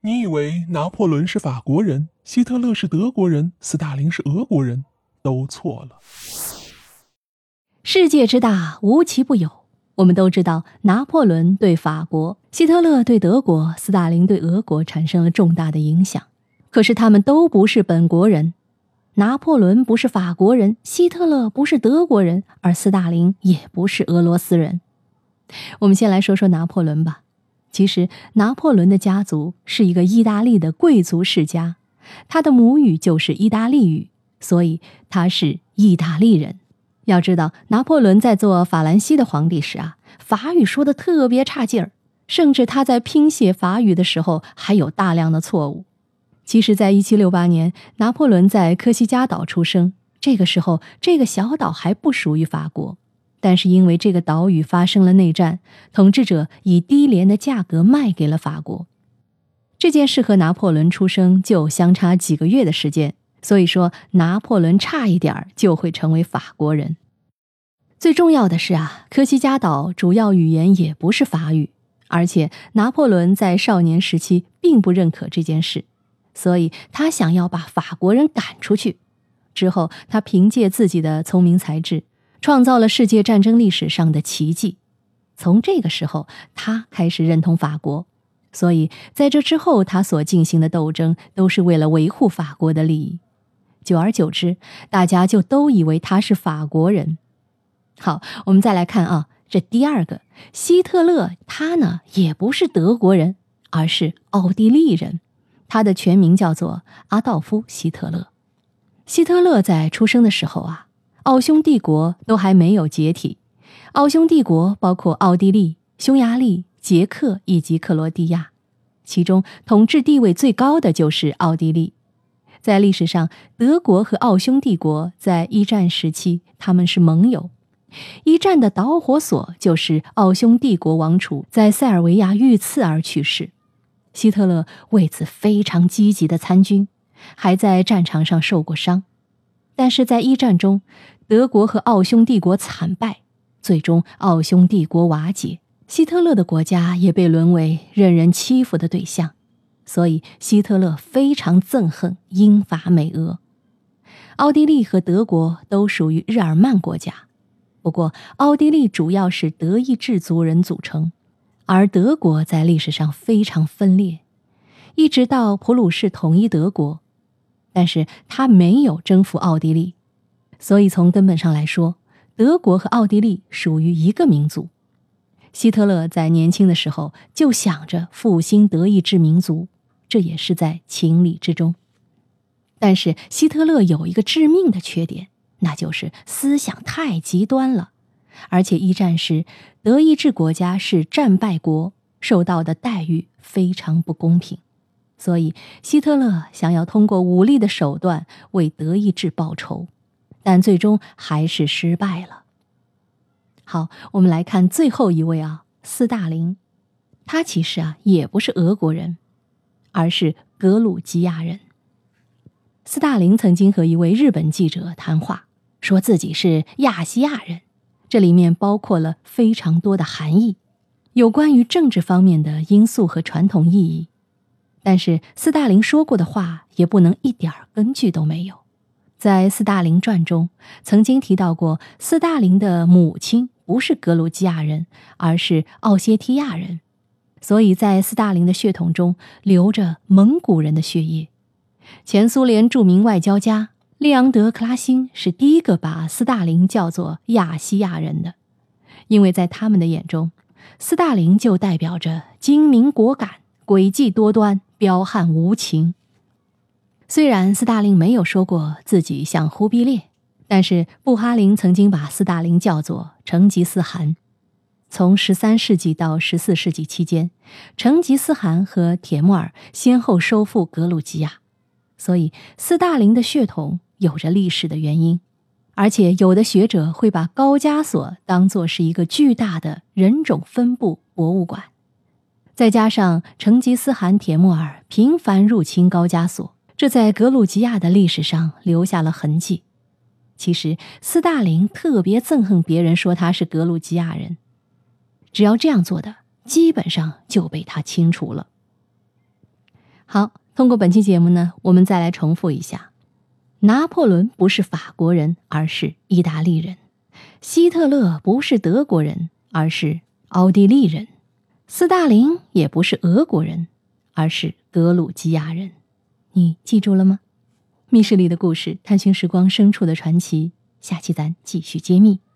你以为拿破仑是法国人，希特勒是德国人，斯大林是俄国人，都错了。 世界之大，无奇不有。我们都知道，拿破仑对法国，希特勒对德国，斯大林对俄国产生了重大的影响。可是他们都不是本国人，拿破仑不是法国人，希特勒不是德国人，而斯大林也不是俄罗斯人。我们先来说说拿破仑吧。其实拿破仑的家族是一个意大利的贵族世家，他的母语就是意大利语，所以他是意大利人。要知道，拿破仑在做法兰西的皇帝时法语说得特别差劲儿，甚至他在拼写法语的时候还有大量的错误。其实在1768年，拿破仑在科西嘉岛出生，这个时候这个小岛还不属于法国，但是因为这个岛屿发生了内战，统治者以低廉的价格卖给了法国。这件事和拿破仑出生就相差几个月的时间，所以说拿破仑差一点就会成为法国人。最重要的是科西嘉岛主要语言也不是法语，而且拿破仑在少年时期并不认可这件事，所以他想要把法国人赶出去。之后他凭借自己的聪明才智，创造了世界战争历史上的奇迹。从这个时候他开始认同法国，所以在这之后他所进行的斗争都是为了维护法国的利益。久而久之，大家就都以为他是法国人。好，我们再来看这第二个，希特勒他呢也不是德国人，而是奥地利人。他的全名叫做阿道夫·希特勒。希特勒在出生的时候奥匈帝国都还没有解体。奥匈帝国包括奥地利、匈牙利、捷克以及克罗地亚，其中统治地位最高的就是奥地利。在历史上，德国和奥匈帝国在一战时期他们是盟友。一战的导火索就是奥匈帝国王储在塞尔维亚遇刺而去世，希特勒为此非常积极的参军，还在战场上受过伤。但是在一战中，德国和奥匈帝国惨败，最终奥匈帝国瓦解，希特勒的国家也被沦为任人欺负的对象，所以希特勒非常憎恨英法美俄。奥地利和德国都属于日耳曼国家，不过奥地利主要是德意志族人组成，而德国在历史上非常分裂，一直到普鲁士统一德国，但是他没有征服奥地利，所以从根本上来说，德国和奥地利属于一个民族。希特勒在年轻的时候就想着复兴德意志民族，这也是在情理之中。但是希特勒有一个致命的缺点，那就是思想太极端了，而且一战时德意志国家是战败国，受到的待遇非常不公平，所以希特勒想要通过武力的手段为德意志报仇，但最终还是失败了。好，我们来看最后一位斯大林。他其实也不是俄国人，而是格鲁吉亚人。斯大林曾经和一位日本记者谈话，说自己是亚细亚人，这里面包括了非常多的含义，有关于政治方面的因素和传统意义。但是斯大林说过的话也不能一点根据都没有。在斯大林传中曾经提到过，斯大林的母亲不是格鲁吉亚人，而是奥谢梯亚人，所以在斯大林的血统中流着蒙古人的血液。前苏联著名外交家列昂德·克拉辛是第一个把斯大林叫做亚细亚人的，因为在他们的眼中，斯大林就代表着精明果敢、诡计多端、彪悍无情。虽然斯大林没有说过自己像忽必烈，但是布哈林曾经把斯大林叫做成吉思汗。从13世纪到14世纪期间，成吉思汗和铁木儿先后收复格鲁吉亚，所以斯大林的血统有着历史的原因。而且有的学者会把高加索当作是一个巨大的人种分布博物馆，再加上成吉思汗铁木儿频繁入侵高加索，这在格鲁吉亚的历史上留下了痕迹。其实斯大林特别憎恨别人说他是格鲁吉亚人，只要这样做的，基本上就被他清除了。 好，通过本期节目呢，我们再来重复一下：拿破仑不是法国人，而是意大利人；希特勒不是德国人，而是奥地利人；斯大林也不是俄国人，而是格鲁吉亚人。你记住了吗？密室里的故事，探寻时光深处的传奇，下期咱继续揭秘。